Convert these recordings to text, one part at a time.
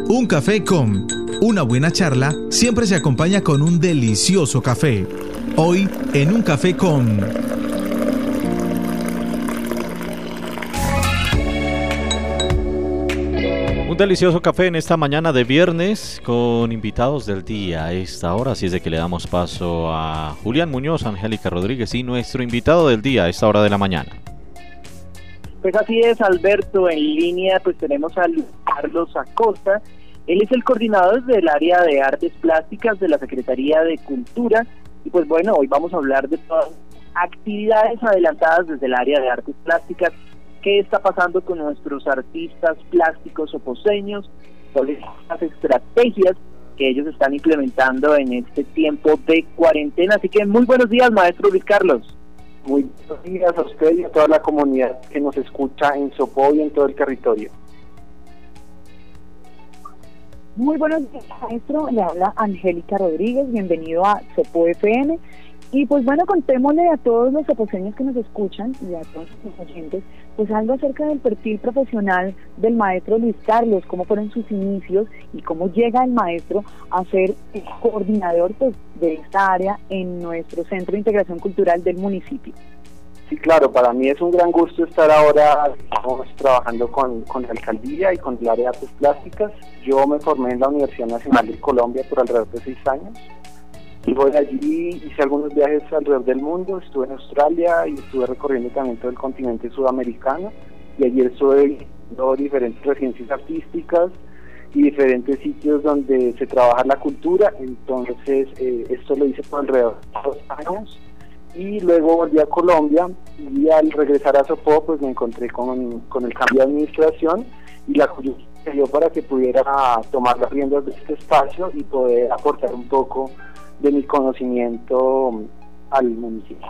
Un café con una buena charla siempre se acompaña con un delicioso café. Hoy en Un café con... Un delicioso café en esta mañana de viernes con invitados del día a esta hora, así es de que le damos paso a Julián Muñoz, Angélica Rodríguez y nuestro invitado del día a esta hora de la mañana. Pues así es, Alberto, en línea pues tenemos a Luis Carlos Acosta. Él es el coordinador del área de artes plásticas de la Secretaría de Cultura y pues bueno, hoy vamos a hablar de todas las actividades adelantadas desde el área de artes plásticas. ¿Qué está pasando con nuestros artistas plásticos oposeños? ¿Cuáles son las estrategias que ellos están implementando en este tiempo de cuarentena? Así que muy buenos días, maestro Luis Carlos. Muy buenos días a usted y a toda la comunidad que nos escucha en Sopó y en todo el territorio. Muy buenos días, maestro. Le habla Angélica Rodríguez. Bienvenido a Sopó FM. Y pues bueno, contémosle a todos los oposeños que nos escuchan y a todos los oyentes, pues algo acerca del perfil profesional del maestro Luis Carlos, cómo fueron sus inicios y cómo llega el maestro a ser el coordinador pues, de esta área en nuestro Centro de Integración Cultural del municipio. Sí, claro, para mí es un gran gusto estar ahora trabajando con la alcaldía y con el área de artes plásticas. Yo me formé en la Universidad Nacional de Colombia por alrededor de 6 años. Y voy allí, hice algunos viajes alrededor del mundo, estuve en Australia y estuve recorriendo también todo el continente sudamericano. Y allí estuve viendo diferentes residencias artísticas y diferentes sitios donde se trabaja la cultura. Entonces, esto lo hice por alrededor de 2 años. Y luego volví a Colombia y al regresar a Sopó pues me encontré con el cambio de administración y la curiosidad me dio para que pudiera tomar las riendas de este espacio y poder aportar un poco de mi conocimiento al municipio.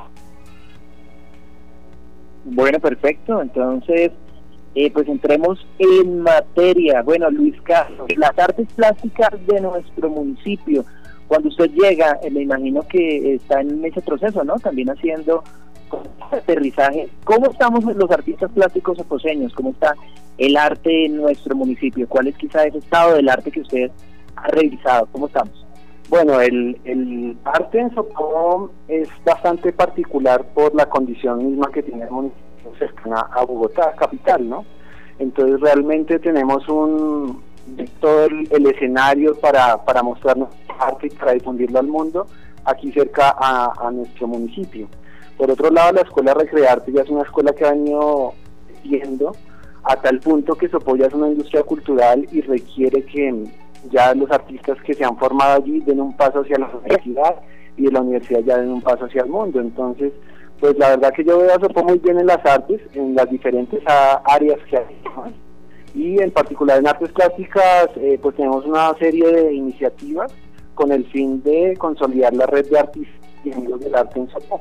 Bueno, perfecto. Entonces, pues entremos en materia. Bueno, Luis Carlos, las artes plásticas de nuestro municipio. Cuando usted llega, me imagino que está en ese proceso, ¿no? También haciendo aterrizaje. ¿Cómo estamos los artistas plásticos oposeños? ¿Cómo está el arte en nuestro municipio? ¿Cuál es quizá ese estado del arte que usted ha revisado? ¿Cómo estamos? Bueno, el arte en Sopó es bastante particular por la condición misma que tiene el municipio cercana a Bogotá, capital, ¿no? Entonces realmente tenemos todo el escenario para mostrarnos arte y para difundirlo al mundo aquí cerca a nuestro municipio. Por otro lado, la Escuela Recrearte ya es una escuela que ha venido creciendo a tal punto que Sopó ya es una industria cultural y requiere que ya los artistas que se han formado allí den un paso hacia la universidad y de la universidad ya den un paso hacia el mundo. Entonces, pues la verdad que yo veo a Sopó muy bien en las artes, en las diferentes áreas que hay, ¿no? Y en particular en artes plásticas, pues tenemos una serie de iniciativas con el fin de consolidar la red de artistas y amigos del arte en Sopó.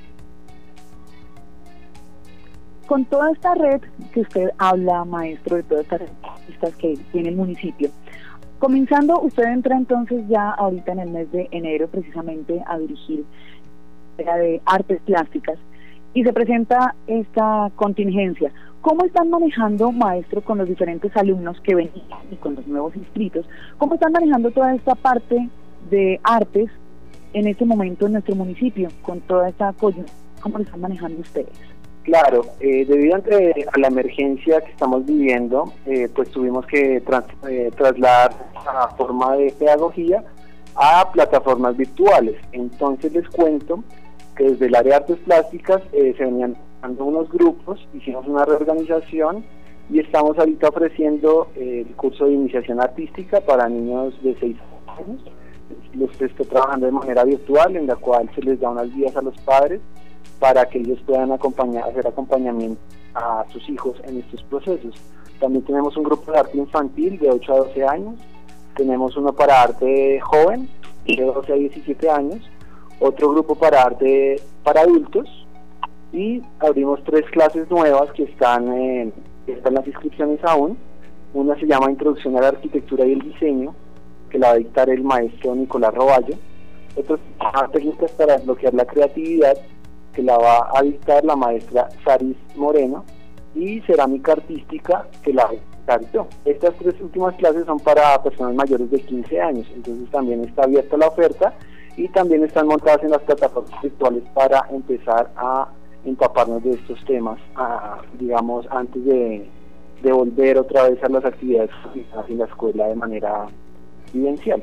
Con toda esta red que usted habla, maestro, de todas estas artistas que tiene el municipio, comenzando, usted entra entonces ya ahorita en el mes de enero precisamente a dirigir la de artes plásticas y se presenta esta contingencia. ¿Cómo están manejando, maestro, con los diferentes alumnos que venían y con los nuevos inscritos? ¿Cómo están manejando toda esta parte de artes en este momento en nuestro municipio, con toda esta coyuntura? ¿Cómo lo están manejando ustedes? Claro, debido a la emergencia que estamos viviendo, pues tuvimos que trasladar la forma de pedagogía a plataformas virtuales. Entonces les cuento que desde el área de artes plásticas se venían dando unos grupos, hicimos una reorganización y estamos ahorita ofreciendo el curso de iniciación artística para niños de 6 años. Los estoy trabajando de manera virtual, en la cual se les da unas guías a los padres para que ellos puedan hacer acompañamiento a sus hijos en estos procesos. También tenemos un grupo de arte infantil de 8 a 12 años, tenemos uno para arte joven de 12 a 17 años, otro grupo para arte para adultos y abrimos 3 clases nuevas que están las inscripciones aún. Una se llama Introducción a la Arquitectura y el Diseño, que la va a dictar el maestro Nicolás Roballo. Otra técnicas para desbloquear la creatividad, que la va a dictar la maestra Saris Moreno, y cerámica artística, que la va a Exacto. Estas 3 últimas clases son para personas mayores de 15 años, entonces también está abierta la oferta y también están montadas en las plataformas virtuales para empezar a empaparnos de estos temas, digamos, antes de volver otra vez a las actividades en la escuela de manera vivencial.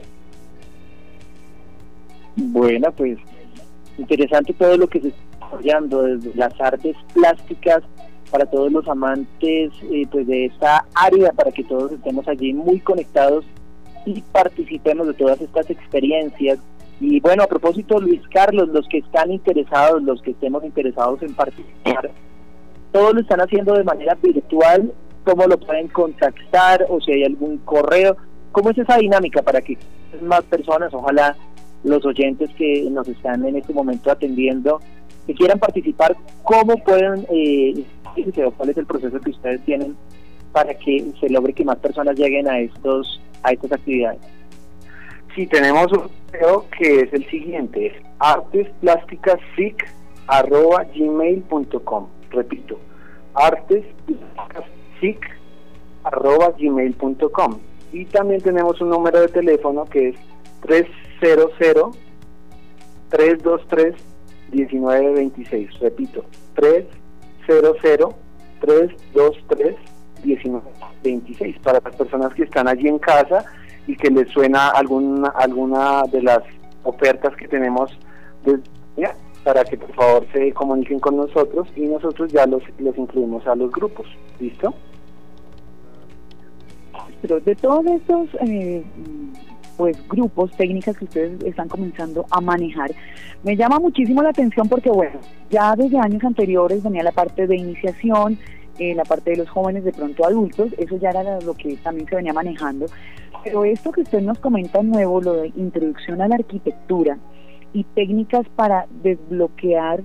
Bueno, pues interesante todo lo que se está desarrollando desde las artes plásticas para todos los amantes pues de esta área, para que todos estemos allí muy conectados y participemos de todas estas experiencias. Y bueno, a propósito, Luis Carlos, los que están interesados, los que estemos interesados en participar, todos lo están haciendo de manera virtual. ¿Cómo lo pueden contactar? O si hay algún correo, ¿cómo es esa dinámica para que más personas, ojalá los oyentes que nos están en este momento atendiendo, que quieran participar, cómo pueden, cuál es el proceso que ustedes tienen para que se logre que más personas lleguen a estas actividades? Sí, tenemos un correo que es el siguiente, es artesplásticasic@gmail.com. Repito, artesplásticasic@gmail.com. Y también tenemos un número de teléfono que es 300-323-1926. Repito, 300-323-1926. Para las personas que están allí en casa y que les suena alguna de las ofertas que tenemos para que por favor se comuniquen con nosotros y nosotros ya los incluimos a los grupos. ¿Listo? Pero de todos estos pues grupos, técnicas que ustedes están comenzando a manejar, me llama muchísimo la atención porque bueno, ya desde años anteriores venía la parte de iniciación, la parte de los jóvenes, de pronto adultos, eso ya era lo que también se venía manejando, pero esto que usted nos comenta nuevo, lo de introducción a la arquitectura y técnicas para desbloquear,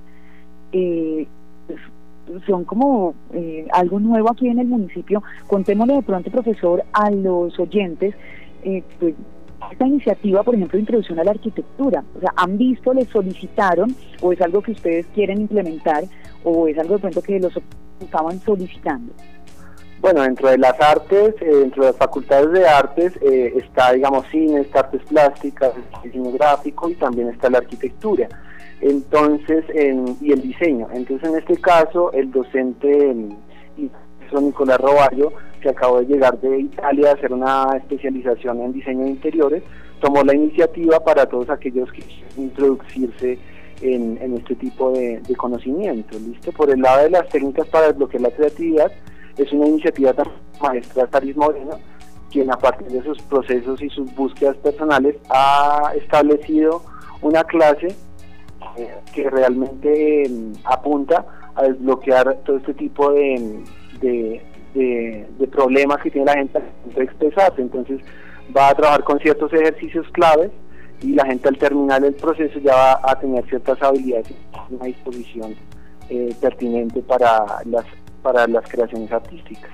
son como algo nuevo aquí en el municipio. Contémosle de pronto, profesor, a los oyentes, pues esta iniciativa, por ejemplo, de introducción a la arquitectura, o sea, ¿han visto, les solicitaron, o es algo que ustedes quieren implementar, o es algo de pronto que los estaban solicitando? Bueno, dentro de las artes, dentro de las facultades de artes, está, digamos, cine, está artes plásticas, diseño gráfico y también está la arquitectura. Entonces, y el diseño. Entonces, en este caso, el docente Nicolás Roballo, que acabó de llegar de Italia a hacer una especialización en diseño de interiores, tomó la iniciativa para todos aquellos que quieren introducirse en este tipo de conocimiento. ¿Listo? Por el lado de las técnicas para desbloquear la creatividad, es una iniciativa de la maestra Taris Moreno, quien a partir de sus procesos y sus búsquedas personales ha establecido una clase que realmente apunta a desbloquear todo este tipo de problemas que tiene la gente al expresarse. Entonces va a trabajar con ciertos ejercicios claves y la gente al terminar el proceso ya va a tener ciertas habilidades y una disposición pertinente para las creaciones artísticas.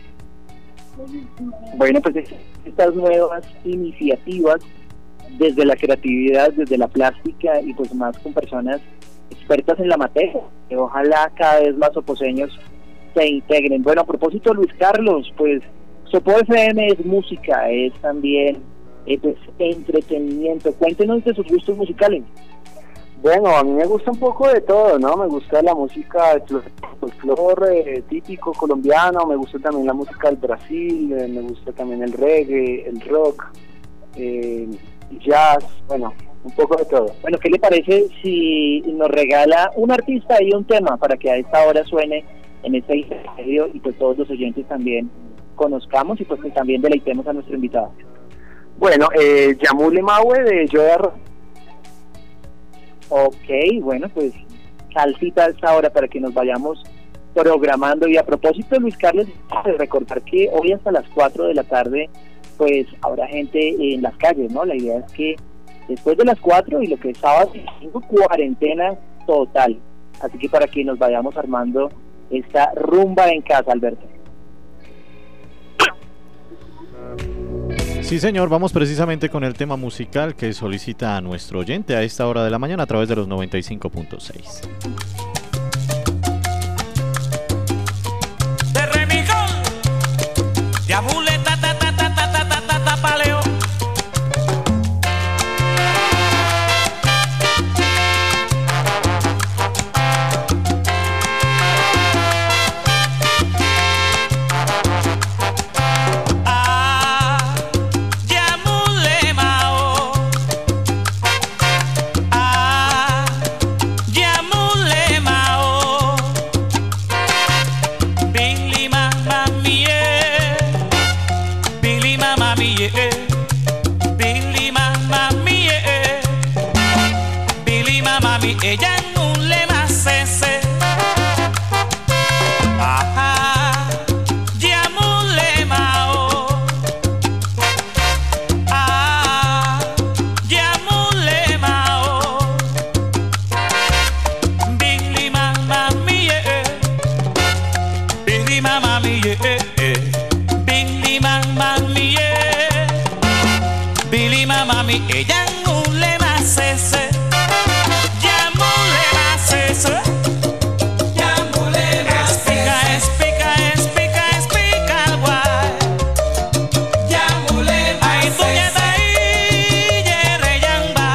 Bueno, pues estas nuevas iniciativas desde la creatividad, desde la plástica y pues más con personas expertas en la materia, que ojalá cada vez más oposeños se integren. Bueno, a propósito, Luis Carlos, pues Sopó FM es música, es también pues entretenimiento. Cuéntenos de sus gustos musicales. Bueno, a mí me gusta un poco de todo, ¿no? Me gusta la música del folclore típico colombiano, me gusta también la música del Brasil, me gusta también el reggae, el rock, jazz, bueno, un poco de todo. Bueno, ¿qué le parece si nos regala un artista y un tema para que a esta hora suene en este intermedio y pues todos los oyentes también conozcamos y pues que también deleitemos a nuestro invitado? Bueno, Yamule Maue de Joe Arroyo. Ok, bueno, pues salsita a esta hora para que nos vayamos programando. Y a propósito, Luis Carlos, recordar que hoy hasta las 4 de la tarde pues habrá gente en las calles, ¿no? La idea es que después de las 4 y lo que es sábado y domingo, cuarentena total. Así que para que nos vayamos armando esta rumba en casa, Alberto. Sí, señor, vamos precisamente con el tema musical que solicita a nuestro oyente a esta hora de la mañana a través de los 95.6. De Remigón, de mami, ella no le va a cese. Ya no le va a cese. Ya no le va a cese. Explica el guay. Ya no le va a cese. Ay, tú ahí, yere yamba.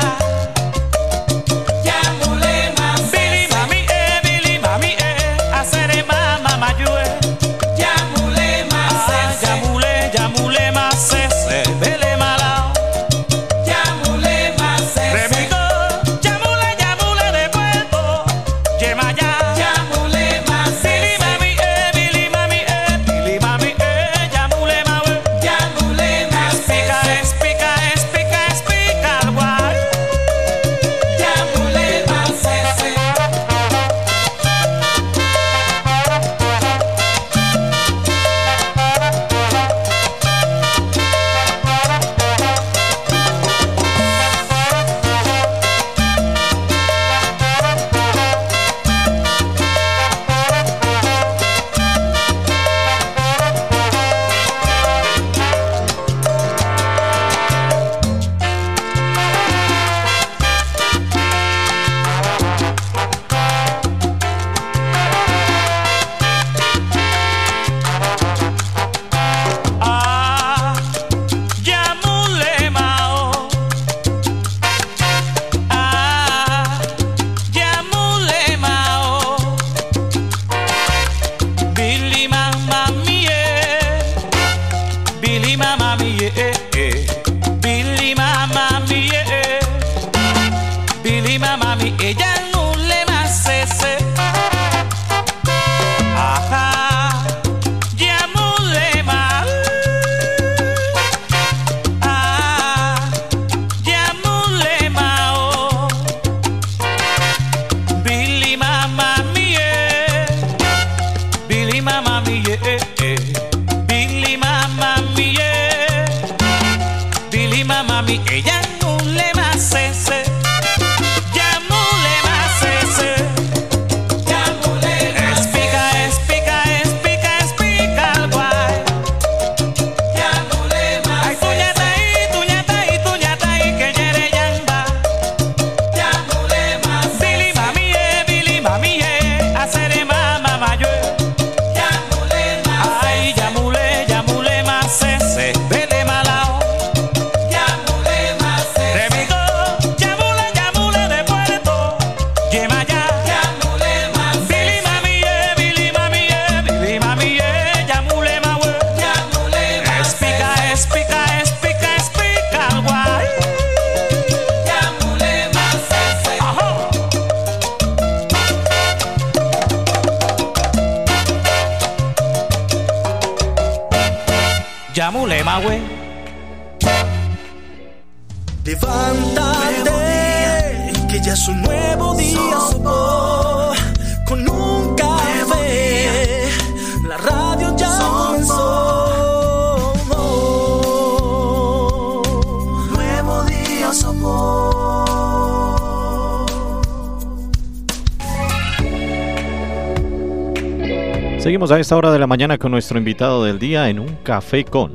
Ya no le va a cese. Billy mami, hacer mama mayue. Ya no le va a cese. Ya mule más cese. Vele malao. Ya mule más cese. Remigo. Ya mule de puerto. Yema ya. Ya mule más cese. Billy mami, ya mule mawe. Ya mule más cese. Explica el guay. Ya mule más cese. Ah, ya mule mao. Ah, ya mule mao. Billy mamma mie. Billy mamma mie. Billy mamma mie. Billy mamma mie. Ella no le va a cese. Ajá. Ya mule mao. Ah, ya mule mao. Billy mamma mie. Billy mamma mie. Billy mamma mie. Billy mamma mie. Ella no le va a cese. Ya mule va a cese. Ya mule va a cese. Explica el guay. Ya mule va a cese. Ay, tuñata ahí, que yere yamba. Ya mule va a cese. Billy mami, hacer mama mayue. Ya mule va a cese. Ay, ya mule más cese. Vele malao. Ya mule va a cese. Remigo. Ya mule de puerto. Yema ya. Ya mule va a cese. Billy mami, ya mule mawe. Ya mule va a cese. Explica el guay. Ya mule va a cese. Ajá. Ya mule mawe. Levántate, que ya es un nuevo día, sopo, con un café, la radio ya comenzó. Nuevo día, sopo. Seguimos a esta hora de la mañana con nuestro invitado del día en un café con.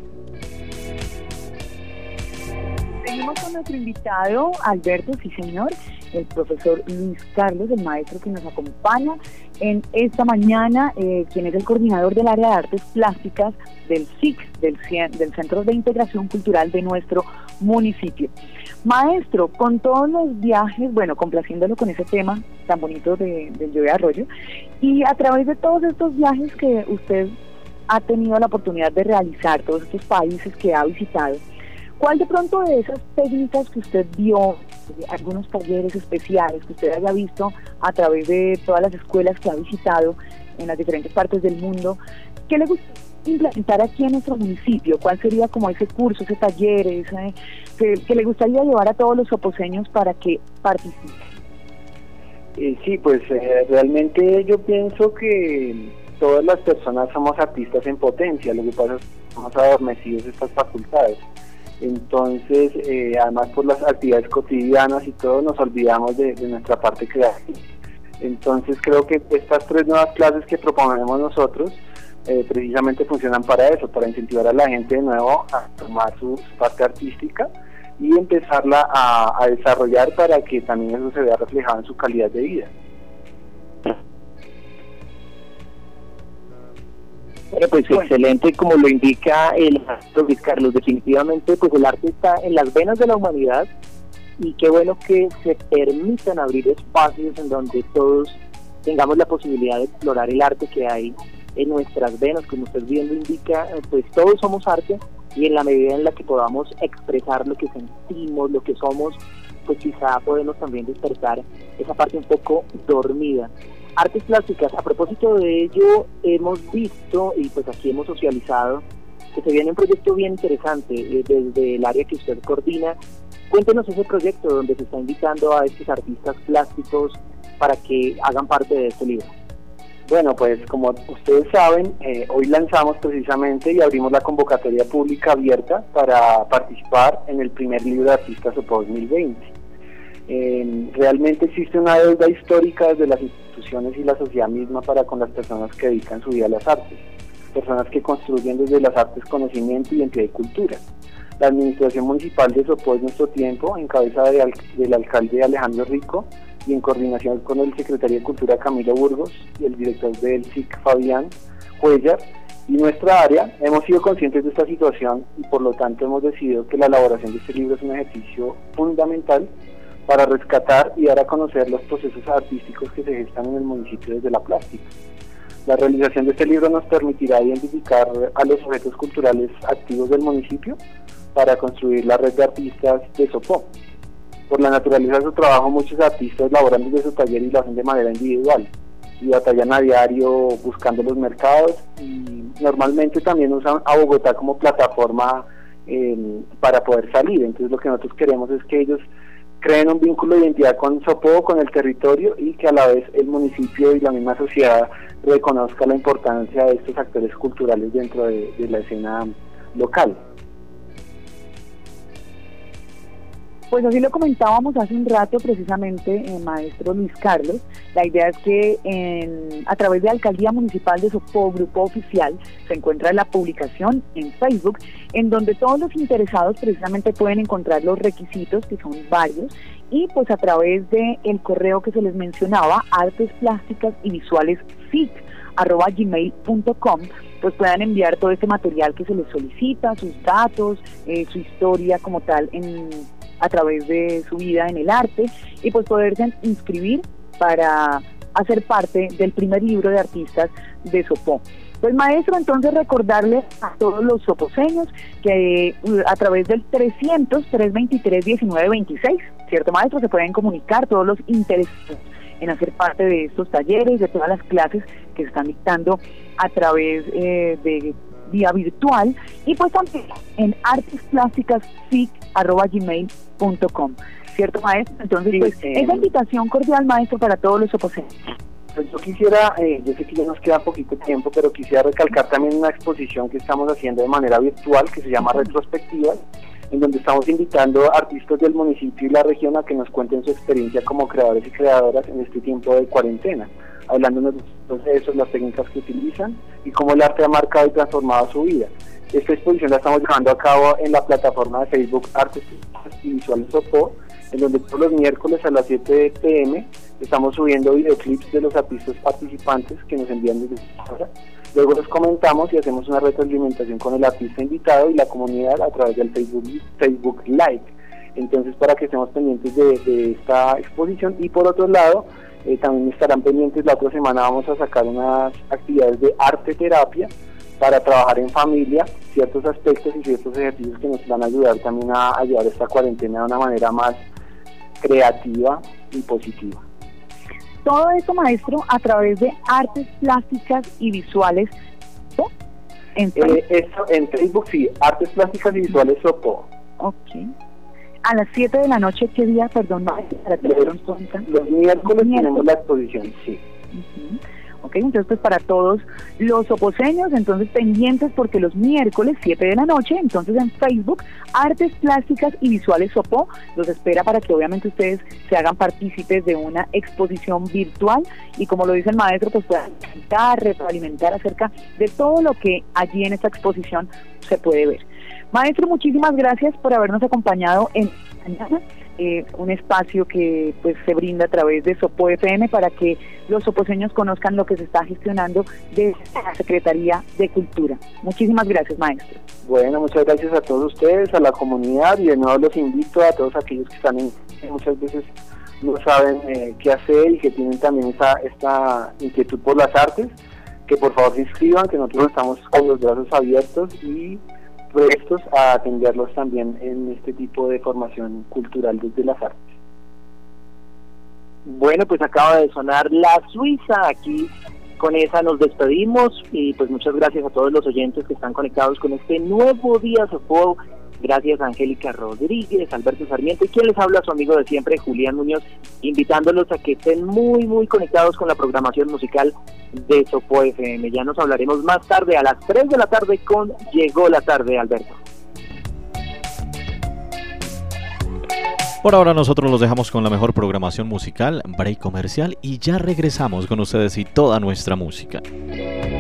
Seguimos con nuestro invitado, Alberto, sí señor, el profesor Luis Carlos, el maestro que nos acompaña en esta mañana, quien es el coordinador del área de artes plásticas del SIC, del Centro de Integración Cultural de nuestro municipio. Maestro, con todos los viajes, bueno, complaciéndolo con ese tema tan bonito del Llove Arroyo, y a través de todos estos viajes que usted ha tenido la oportunidad de realizar, todos estos países que ha visitado, ¿cuál de pronto de esas técnicas que usted vio, algunos talleres especiales que usted haya visto a través de todas las escuelas que ha visitado en las diferentes partes del mundo, qué le gusta implementar aquí en nuestro municipio? ¿Cuál sería como ese curso, ese taller, que le gustaría llevar a todos los soposeños para que participen? Sí, pues realmente yo pienso que todas las personas somos artistas en potencia, lo que pasa es que estamos adormecidos estas facultades. Entonces, además por las actividades cotidianas y todo, nos olvidamos de nuestra parte creativa. Entonces creo que estas 3 nuevas clases que proponemos nosotros precisamente funcionan para eso, para incentivar a la gente de nuevo a tomar su parte artística y empezarla a desarrollar para que también eso se vea reflejado en su calidad de vida. Bueno, pues excelente, como lo indica el maestro Luis Carlos. Definitivamente pues el arte está en las venas de la humanidad, y qué bueno que se permitan abrir espacios en donde todos tengamos la posibilidad de explorar el arte que hay en nuestras venas. Como usted bien lo indica, pues todos somos arte, y en la medida en la que podamos expresar lo que sentimos, lo que somos, pues quizá podemos también despertar esa parte un poco dormida. Artes plásticas, a propósito de ello, hemos visto y pues aquí hemos socializado que se viene un proyecto bien interesante desde el área que usted coordina. Cuéntenos ese proyecto donde se está invitando a estos artistas plásticos para que hagan parte de este libro. Bueno, pues como ustedes saben, hoy lanzamos precisamente y abrimos la convocatoria pública abierta para participar en el primer libro de Artistas Sopó 2020. Realmente existe una deuda histórica desde las instituciones y la sociedad misma para con las personas que dedican su vida a las artes, personas que construyen desde las artes conocimiento, identidad y cultura. La administración municipal de Sopó es Nuestro Tiempo, en cabeza del alcalde Alejandro Rico y en coordinación con el secretario de Cultura Camilo Burgos y el director del SIC Fabián Cuellar, y nuestra área, hemos sido conscientes de esta situación y por lo tanto hemos decidido que la elaboración de este libro es un ejercicio fundamental para rescatar y dar a conocer los procesos artísticos que se gestan en el municipio desde la plástica. La realización de este libro nos permitirá identificar a los sujetos culturales activos del municipio para construir la red de artistas de Sopó. Por la naturaleza de su trabajo, muchos artistas laboran desde su taller y lo hacen de manera individual y batallan a diario buscando los mercados, y normalmente también usan a Bogotá como plataforma para poder salir. Entonces lo que nosotros queremos es que ellos creen un vínculo de identidad con Sopó, con el territorio, y que a la vez el municipio y la misma sociedad reconozca la importancia de estos actores culturales dentro de la escena local. Pues así lo comentábamos hace un rato precisamente, maestro Luis Carlos. La idea es que a través de Alcaldía Municipal de Sopó, Grupo Oficial, se encuentra la publicación en Facebook, en donde todos los interesados precisamente pueden encontrar los requisitos, que son varios, y pues a través de el correo que se les mencionaba, artes plásticas y visuales @gmail.com, pues puedan enviar todo este material que se les solicita, sus datos, su historia como tal a través de su vida en el arte, y pues poderse inscribir para hacer parte del primer libro de artistas de Sopó. Pues maestro, entonces recordarle a todos los soposeños que a través del 300-323-1926, ¿cierto maestro? Se pueden comunicar todos los interesados en hacer parte de estos talleres, de todas las clases que se están dictando a través de vía virtual, y pues también en artesplásticas@gmail.com, ¿cierto maestro? Entonces pues esa invitación cordial, maestro, para todos los oposeños. Pues yo quisiera, yo sé que ya nos queda poquito tiempo, pero quisiera recalcar también una exposición que estamos haciendo de manera virtual que se llama Retrospectivas, en donde estamos invitando artistas del municipio y la región a que nos cuenten su experiencia como creadores y creadoras en este tiempo de cuarentena, hablándonos de los procesos, las técnicas que utilizan y cómo el arte ha marcado y transformado su vida. Esta exposición la estamos llevando a cabo en la plataforma de Facebook Artes y Visuales Sopó, en donde todos los miércoles a las 7 p.m. estamos subiendo videoclips de los artistas participantes que nos envían desde su casa. Luego los comentamos y hacemos una retroalimentación con el artista invitado y la comunidad a través del Facebook Live. Entonces, para que estemos pendientes de esta exposición. Y por otro lado, también estarán pendientes, la otra semana vamos a sacar unas actividades de arte terapia para trabajar en familia, ciertos aspectos y ciertos ejercicios que nos van a ayudar también a llevar esta cuarentena de una manera más creativa y positiva. Todo eso, maestro, a través de artes plásticas y visuales, ¿no? En Facebook, sí, artes plásticas y visuales Sopó. Ok. A las 7 de la noche, ¿qué día? Perdón, maestro, para tener en cuenta. Los miércoles tenemos la exposición, sí. Ok, entonces pues para todos los soposeños, entonces pendientes, porque los miércoles 7 de la noche, entonces en Facebook, Artes Plásticas y Visuales Sopó los espera para que obviamente ustedes se hagan partícipes de una exposición virtual y, como lo dice el maestro, pues puedan retroalimentar acerca de todo lo que allí en esta exposición se puede ver. Maestro, muchísimas gracias por habernos acompañado en mañana, un espacio que pues se brinda a través de Sopo FM para que los soposeños conozcan lo que se está gestionando desde la Secretaría de Cultura. Muchísimas gracias, maestro. Bueno, muchas gracias a todos ustedes, a la comunidad, y de nuevo los invito a todos aquellos que están muchas veces no saben qué hacer y que tienen también esta inquietud por las artes, que por favor se inscriban, que nosotros estamos con los brazos abiertos y prestos a atenderlos también en este tipo de formación cultural desde las artes. Bueno, pues acaba de sonar La Suiza. Aquí con esa nos despedimos y pues muchas gracias a todos los oyentes que están conectados con este nuevo Día Sopo. Gracias a Angélica Rodríguez, Alberto Sarmiento y quien les habla, su amigo de siempre, Julián Muñoz, invitándolos a que estén muy conectados con la programación musical de Sopo FM. Ya nos hablaremos más tarde a las 3 de la tarde con Llegó la Tarde, Alberto. Por ahora nosotros los dejamos con la mejor programación musical, break comercial, y ya regresamos con ustedes y toda nuestra música.